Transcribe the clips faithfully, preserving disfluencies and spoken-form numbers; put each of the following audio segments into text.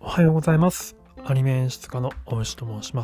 おはようございます。アニメ演出家の大石と申します。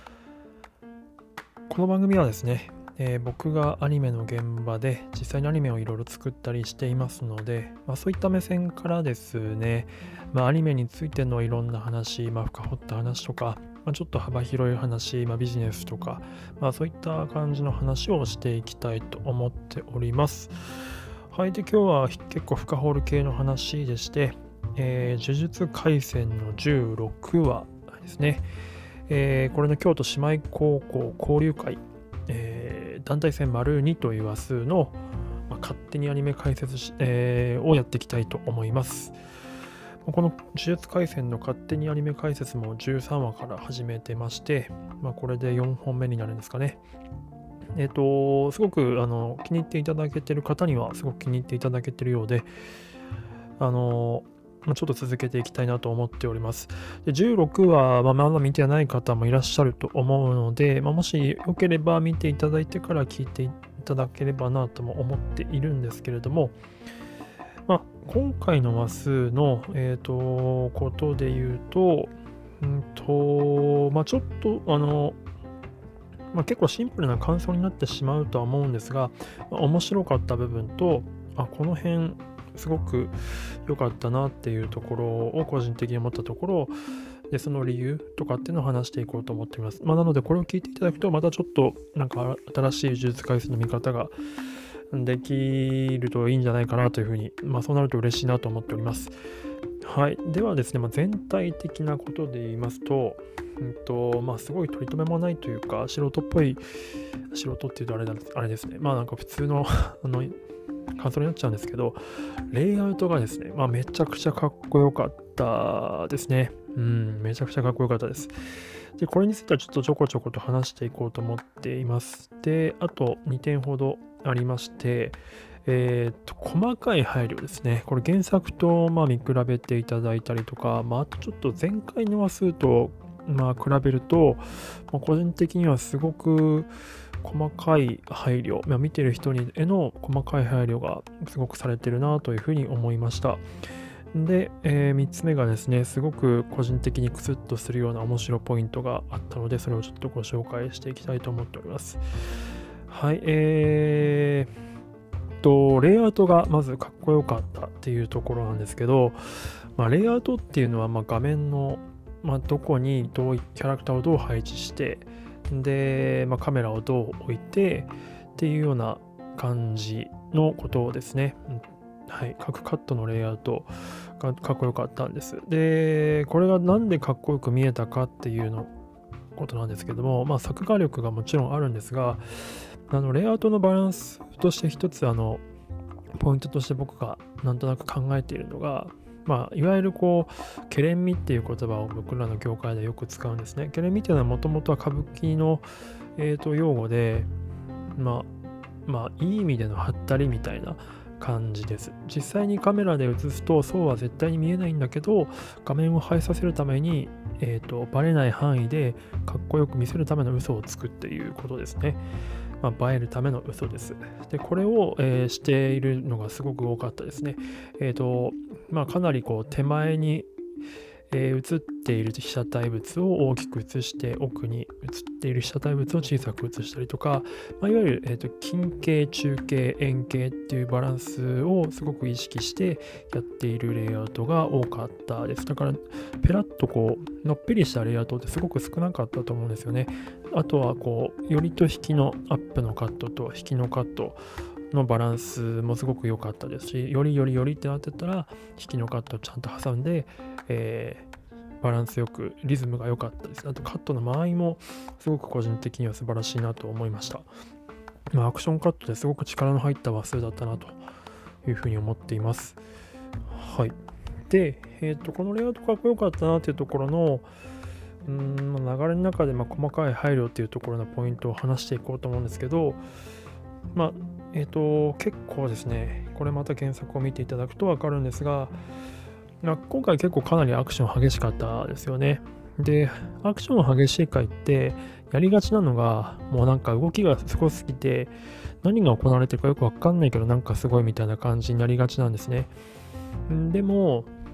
この番組はですね、えー僕がアニメの現場で実際にアニメをいろいろ作ったりしていますので、まあ、そういった目線からですね、まあ、アニメについてのいろんな話、まあ、深掘った話とか、まあ、ちょっと幅広い話、まあ、ビジネスとか、まあ、そういった感じの話をしていきたいと思っております。はい、で今日は結構深掘る系の話でして、えー呪術廻戦のじゅうろくわですね。えーこれの京都姉妹高校交流会、えー団体戦丸にという話数の、まあ勝手にアニメ解説し、えーをやっていきたいと思います。この呪術廻戦の勝手にアニメ解説もじゅうさんわから始めてまして、まあ、これでよんほんめになるんですかね。えっ、と、すごくあの気に入っていただけてる方にはすごく気に入っていただけてるようで、あのまあちょっと続けていきたいなと思っております。でじゅうろくわは、まあまだ見てない方もいらっしゃると思うので、まあ、もしよければ見ていただいてから聞いていただければなとも思っているんですけれども、まあ、今回の話数の、えー、とことで言うと、うんとまあ、ちょっとあの、まあ、結構シンプルな感想になってしまうとは思うんですが、まあ面白かった部分と、あこの辺すごく良かったなっていうところを個人的に思ったところで、その理由とかっていうのを話していこうと思っています。まあ、なのでこれを聞いていただくと、またちょっとなんか新しい呪術廻戦の見方ができるといいんじゃないかなというふうに、まあ、そうなると嬉しいなと思っております。はい。ではですね、まあ、全体的なことで言いますと、うんとまあ、すごい取り留めもないというか、素人っぽい、素人っていうとあれだあれですね、まあなんか普通のあの感想になっちゃうんですけど、レイアウトがですね、まあ、めちゃくちゃかっこよかったですね。うん、めちゃくちゃかっこよかったです。で、これについてはちょっとちょこちょこと話していこうと思っています。で、あとにてんほどありまして、えーっと、細かい配慮ですね。これ原作とまあ見比べていただいたりとか、まあ、あとちょっと前回の話数とまあ比べると、まあ、個人的にはすごく細かい配慮、まあ、見てる人にへの細かい配慮がすごくされてるなというふうに思いました。で、えーみっつめがですね、すごく個人的にクスッとするような面白ポイントがあったので、それをちょっとご紹介していきたいと思っております。はい、えー、と、レイアウトがまずかっこよかったっていうところなんですけど、まあ、レイアウトっていうのはまあ画面の、まあ、どこにどうキャラクターをどう配置して、で、まあ、カメラをどう置いてっていうような感じのことをですね、うんはい、各カットのレイアウトがかっこよかったんです。で、これがなんでかっこよく見えたかっていうのことなんですけども、まあ、作画力がもちろんあるんですが、あのレイアウトのバランスとして一つあのポイントとして僕がなんとなく考えているのが、まあ、いわゆるこうケレン味っていう言葉を僕らの業界でよく使うんですね。ケレン味っていうのはもともとは歌舞伎の、えーと用語で、まあまあいい意味でのハったりみたいな感じです。実際にカメラで映すとそうは絶対に見えないんだけど、画面を映えさせるために、えーとバレない範囲でかっこよく見せるための嘘をつくっていうことですね。まあ、映えるための嘘です。で、これを、えーしているのがすごく多かったですね。えっ、と、まあ、かなりこう手前に、えー映っている被写体物を大きく映して、奥に映っている被写体物を小さく映したりとか、まあ、いわゆる、えーと近景、中景、円形っていうバランスをすごく意識してやっているレイアウトが多かったです。だから、ペラッとこう、のっぺりしたレイアウトってすごく少なかったと思うんですよね。あとはこう、よりと引きのアップのカットと引きのカットのバランスもすごく良かったですし、よりよりよりってなってたら、引きのカットをちゃんと挟んで、えーバランスよくリズムが良かったです。あとカットの間合いもすごく個人的には素晴らしいなと思いました。まあ、アクションカットですごく力の入った話数だったなというふうに思っています。はい。で、えっ、と、このレイアウトかっこよかったなっていうところの、うーん、まあ流れの中でまあ細かい配慮っていうところのポイントを話していこうと思うんですけど、まあ、えっ、と、結構ですね、これまた原作を見ていただくとわかるんですが、まあ今回結構かなりアクション激しかったですよね。で、アクション激しい回ってやりがちなのが、もうなんか動きがすごすぎて、何が行われてるかよくわかんないけど、なんかすごいみたいな感じになりがちなんですね。んでも、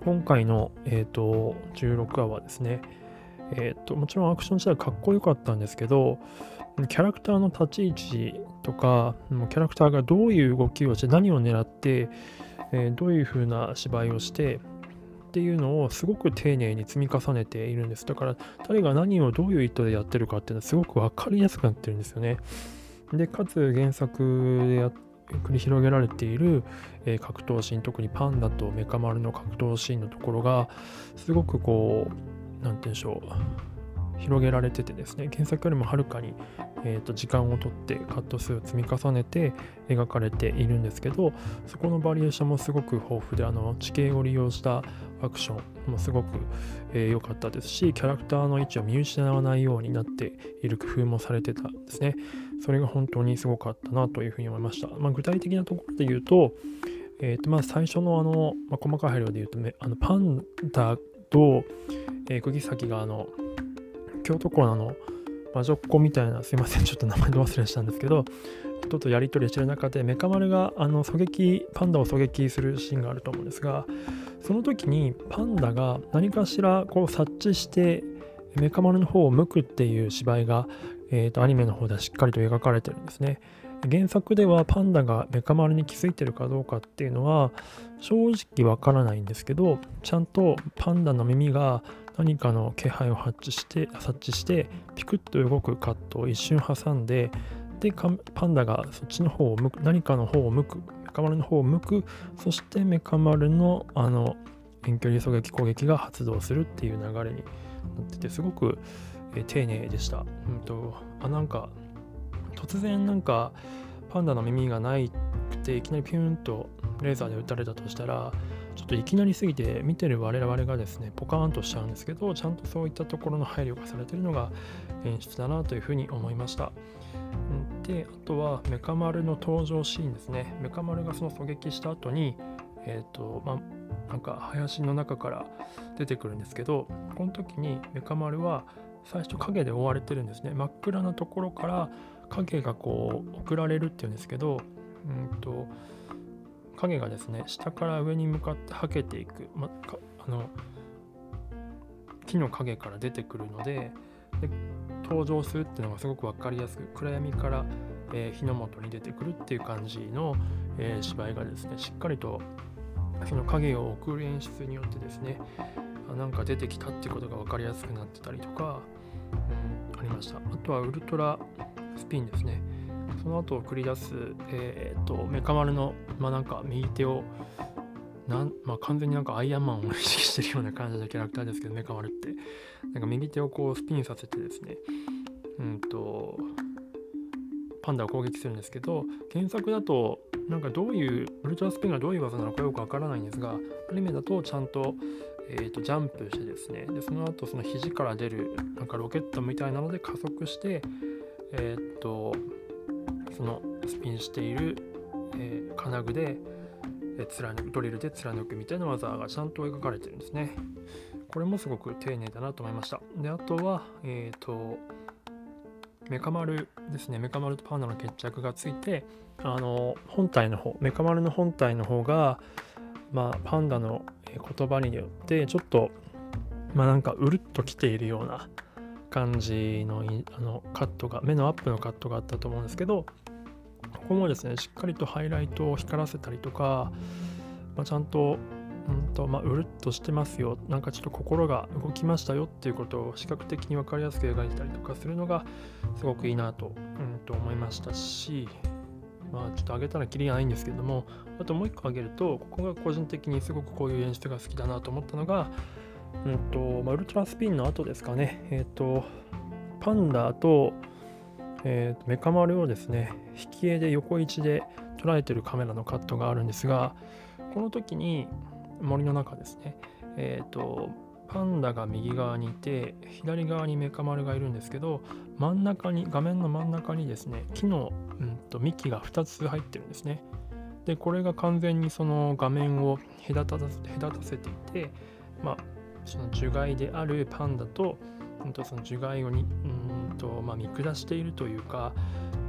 今回の、えー、とじゅうろくわはですね、えー、ともちろんアクション自体かっこよかったんですけど、キャラクターの立ち位置とか、もうキャラクターがどういう動きをして何を狙って、えーどういう風な芝居をしてっていうのをすごく丁寧に積み重ねているんです。だから誰が何をどういう意図でやってるかっていうのはすごく分かりやすくなってるんですよね。で、かつ原作でや繰り広げられている、えー格闘シーン、特にパンダとメカ丸の格闘シーンのところがすごくこう、なんて言うんでしょう、広げられててですね、原作よりもはるかに、えーと時間をとってカット数を積み重ねて描かれているんですけど、そこのバリエーションもすごく豊富で、あの地形を利用したアクションもすごく良、えー良かったですし、キャラクターの位置を見失わないようになっている工夫もされてたんですね。それが本当にすごかったなというふうに思いました。まあ、具体的なところで言うと、えーとまあ、最初のあの、まあ、細かい配慮で言うとめあのパンダと、えー釘崎があの京都校のあの魔女っ子みたいな、すいませんちょっと名前ど忘れしたんですけど、人とやり取りしてる中でメカ丸があの狙撃パンダを狙撃するシーンがあると思うんですが、その時にパンダが何かしらこう察知してメカ丸の方を向くっていう芝居が、えーとアニメの方ではしっかりと描かれてるんですね。原作ではパンダがメカ丸に気づいてるかどうかっていうのは正直わからないんですけど、ちゃんとパンダの耳が何かの気配を察知して察知してピクッと動くカットを一瞬挟んで、でかパンダがそっちの方を向く、何かの方を向く、メカ丸の方を向く、そしてメカ丸のあの遠距離狙撃攻撃が発動するっていう流れになってて、すごく、えー丁寧でした。うんとあなんか突然なんかパンダの耳がないくていきなりピューンとレーザーで撃たれたとしたら、ちょっといきなりすぎて見てる我々がですねポカーンとしちゃうんですけど、ちゃんとそういったところの配慮がされているのが演出だなというふうに思いました。うんで、あとはメカ丸の登場シーンですね。メカ丸がその狙撃した後にえっ、とまあなんか林の中から出てくるんですけど、この時にメカ丸は最初影で覆われてるんですね。真っ暗なところから影がこう送られるっていうんですけど、うんと影がですね下から上に向かってはけていく、ま、かあの木の影から出てくるので、で登場するっていうのがすごく分かりやすく、暗闇から、えー日の元に出てくるっていう感じの、えー芝居がですねしっかりとその影を送る演出によってですね、あなんか出てきたっていうことが分かりやすくなってたりとか、うん、ありました。あとはウルトラスピンですね。その後繰り出す、えー、とメカ丸の、まあ、なんか右手をなん、まあ、完全になんかアイアンマンを意識してるような感じのキャラクターですけど、メカ丸ってなんか右手をこうスピンさせてですね、うんとパンダを攻撃するんですけど、原作だとなんかどういうウルトラスピンがどういう技なのかよくわからないんですが、アニメだとちゃんと、えー、とジャンプしてですね、でその後その肘から出るなんかロケットみたいなので加速して、えっ、とそのスピンしている、えー金具で、えー貫くドリルで貫くみたいな技がちゃんと描かれてるんですね。これもすごく丁寧だなと思いました。で、あとはえっ、とメカ丸ですね。メカ丸とパンダの決着がついて、あの本体の方、メカ丸の本体の方が、まあ、パンダのえー言葉によってちょっと、まあ、なんかうるっときているような感じのいあのカットが、目のアップのカットがあったと思うんですけど、ここもですねしっかりとハイライトを光らせたりとか、まあ、ちゃんとうんとまあ、うるっとしてますよ、なんかちょっと心が動きましたよっていうことを視覚的に分かりやすく描いてたりとかするのがすごくいいなと、うん、と思いましたし、まあちょっと上げたらキリがないんですけれども、あともう一個上げると、ここが個人的にすごくこういう演出が好きだなと思ったのが、うんとまあ、ウルトラスピンの後ですかね、えっ、とパンダと、えーとメカ丸をですね引き絵で横位置で捉えてるカメラのカットがあるんですが、この時に森の中ですね、えっ、とパンダが右側にいて左側にメカ丸がいるんですけど、真ん中に画面の真ん中にですね木の、うん、と幹がふたつ入ってるんですね。でこれが完全にその画面を隔た隔たせていて、まあその樹害であるパンダと、うん、とその樹害をにうんと、まあ、見下しているというか、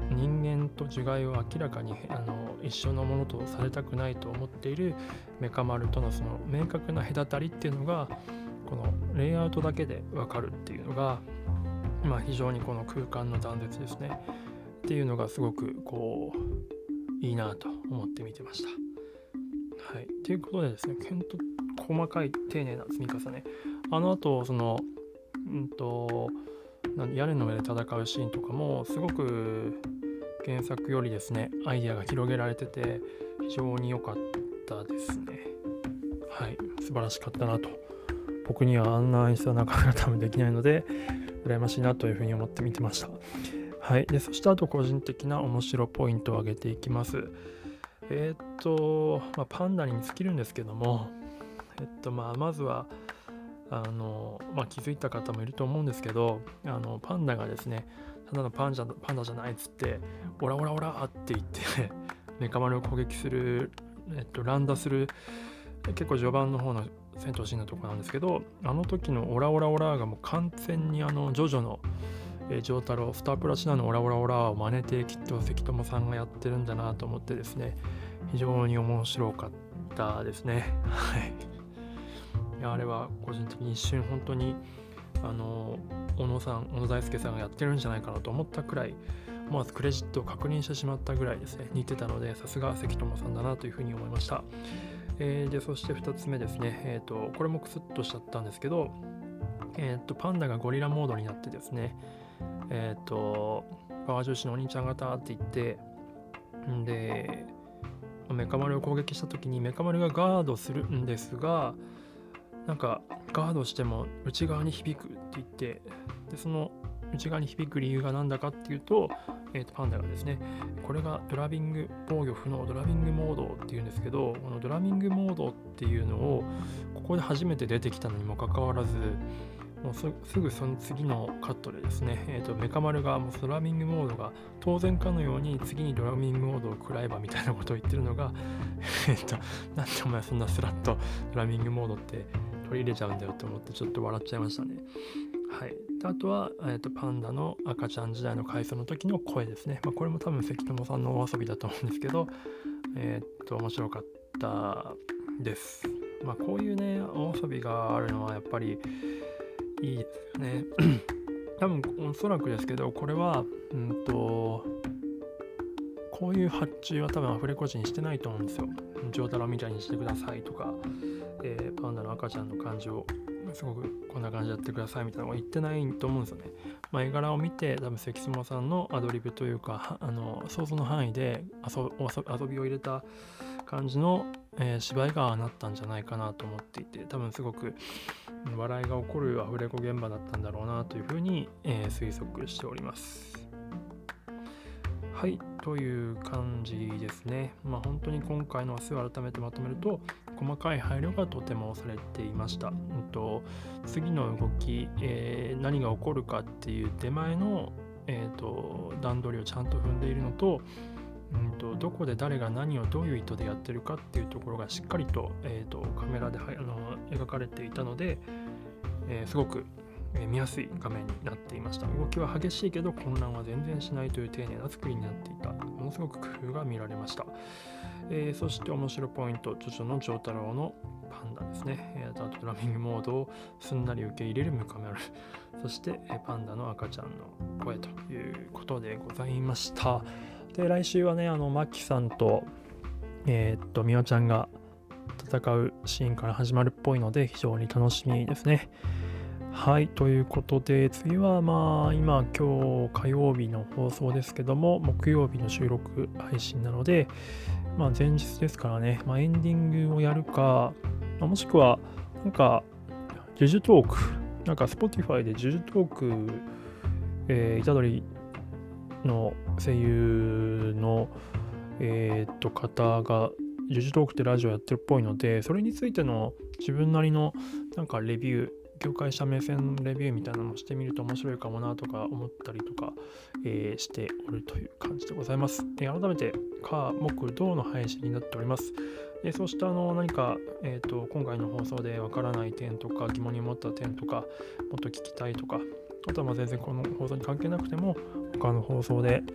人間と樹害を明らかにあの一緒のものとされたくないと思っているメカ丸とのその明確な隔たりっていうのがこのレイアウトだけで分かるっていうのが、まあ、非常にこの空間の断絶ですねっていうのがすごくこういいなと思って見てました。はい、ということでですね、ほんと細かい丁寧な積み重ね、あの後そのうんと屋根の上で戦うシーンとかもすごく原作よりですねアイデアが広げられてて非常に良かったですね。はい、素晴らしかったなと。僕にはあんな演出はなかなか多分できないので羨ましいなというふうに思って見てました。はい、でそしてあと個人的な面白ポイントを挙げていきます。えー、っと、まあ、パンダに尽きるんですけども、えっとまあまずはあの、まあ、気づいた方もいると思うんですけど、あのパンダがですねただのパンジャパンダじゃないっつってオラオラオラって言ってメカ丸を攻撃する、えっと、乱打する結構序盤の方の戦闘シーンのところなんですけど、あの時のオラオラオラがもう完全にあのジョジョのえー、ジョータロスタープラチナのオラオラオラを真似てきっと関友さんがやってるんだなと思ってですね、非常に面白かったですね。はい。いやあれは個人的に一瞬本当にあの小野さん小野大輔さんがやってるんじゃないかなと思ったくらい、思わずクレジットを確認してしまったぐらいですね似てたので、さすが関友さんだなというふうに思いました。えー、でそしてふたつめですね、えーとこれもクスッとしちゃったんですけど、えーとパンダがゴリラモードになってですね、えっ、ー、とパワー重視のお兄ちゃん方って言ってんでメカ丸を攻撃した時にメカ丸がガードするんですが、なんかガードしても内側に響くって言って、でその内側に響く理由が何だかっていうと、えー、とパンダがですねこれがドラビング防御不能ドラビングモードっていうんですけど、このドラビングモードっていうのをここで初めて出てきたのにもかかわらずもう す, すぐその次のカットでですね、えー、とメカ丸がもうドラミングモードが当然かのように次にドラミングモードを食らえばみたいなことを言ってるのがえっとなんでお前そんなスラッとドラミングモードって取り入れちゃうんだよと思ってちょっと笑っちゃいましたね。はい、であとは、えー、とパンダの赤ちゃん時代の回想の時の声ですね、まあ、これも多分関友さんのお遊びだと思うんですけど、えっ、と面白かったです。まあこういうねお遊びがあるのはやっぱりいいですよね。多分おそらくですけどこれはうんとこういう発注は多分アフレコ時にしてないと思うんですよ。ジョータロみたいにしてくださいとか、えー、パンダの赤ちゃんの感じをすごくこんな感じでやってくださいみたいなのは言ってないと思うんですよね。まあ、絵柄を見て多分関島さんのアドリブというかあの想像の範囲で 遊, 遊びを入れた感じの、えー、芝居がなったんじゃないかなと思っていて、多分すごく笑いが起こるアフレコ現場だったんだろうなというふうに、えー、推測しております。はい、という感じですね。まあ本当に今回の明日を改めてまとめると細かい配慮がとてもされていました。うんと次の動き、えー、何が起こるかっていう手前の、えー、と段取りをちゃんと踏んでいるのと、うんとどこで誰が何をどういう意図でやってるかっていうところがしっかりと、えー、とカメラではあの描かれていたので、えー、すごく見やすい画面になっていました。動きは激しいけど混乱は全然しないという丁寧な作りになっていた。ものすごく工夫が見られました。えー、そして面白ポイント、ジョジョの丈太郎のパンダですね。えー、あとドラミングモードをすんなり受け入れるムカメル。そして、えー、パンダの赤ちゃんの声ということでございました。で、来週はね、あのマキさんと、えー、っと、みおちゃんが戦うシーンから始まるっぽいので非常に楽しみですね。はい、ということで次はまあ今今日火曜日の放送ですけども木曜日の収録配信なので、まあ、前日ですからね、まあ、エンディングをやるか、まあ、もしくはなんかジュジュトークなんか Spotify でジュジュトーク、えー、虎杖の声優のえー、っと方がジュジュトークってラジオやってるっぽいので、それについての自分なりのなんかレビュー業界者目線レビューみたいなのをしてみると面白いかもなとか思ったりとか、えー、しておるという感じでございます。えー、改めて火木土の配信になっております。えー、そうしたあの何か、えー、と今回の放送でわからない点とか疑問に思った点とかもっと聞きたいとか、あとはまあ全然この放送に関係なくても他の放送で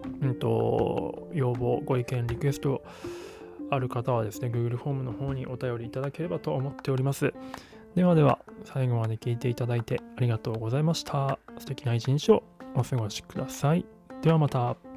うんと、要望、ご意見、リクエストある方はですね、Google フォームの方にお便りいただければと思っております。ではでは、最後まで聞いていただいてありがとうございました。素敵な一日をお過ごしください。ではまた。